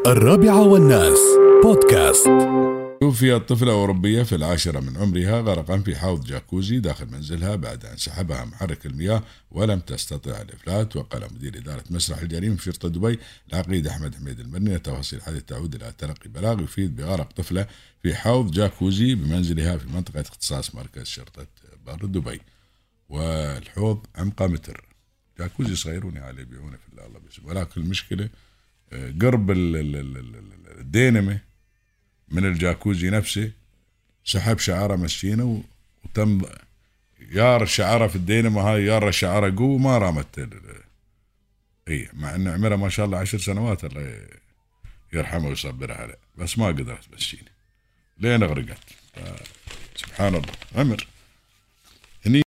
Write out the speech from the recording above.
الرابعة بودكاست. توفيت طفلة أوروبية في 10 من عمرها غرقا في حوض جاكوزي داخل منزلها بعد أن سحبها محرك المياه ولم تستطع الإفلات. وقال مدير إدارة مسرح الجريمة في شرطة دبي العقيد أحمد حميد المرني تفاصيل الحادث تعود إلى تلقي بلاغ يفيد بغرق طفلة في حوض جاكوزي بمنزلها في منطقة اختصاص مركز شرطة بر دبي، والحوض عمقه متر. جاكوزي صغيرون عليه يبيعونه في الله بس، ولكن المشكلة قرب الدينمة من الجاكوزي نفسه سحب شعره مسكينه وتم يار شعره في الدينمة هاي، يار شعره قوة ما رامت هي، مع ان عمرها ما شاء الله 10 سنوات الله يرحمه ويصبرها عليه، بس ما قدرت مسكينه لين غرقت. سبحان الله عمر.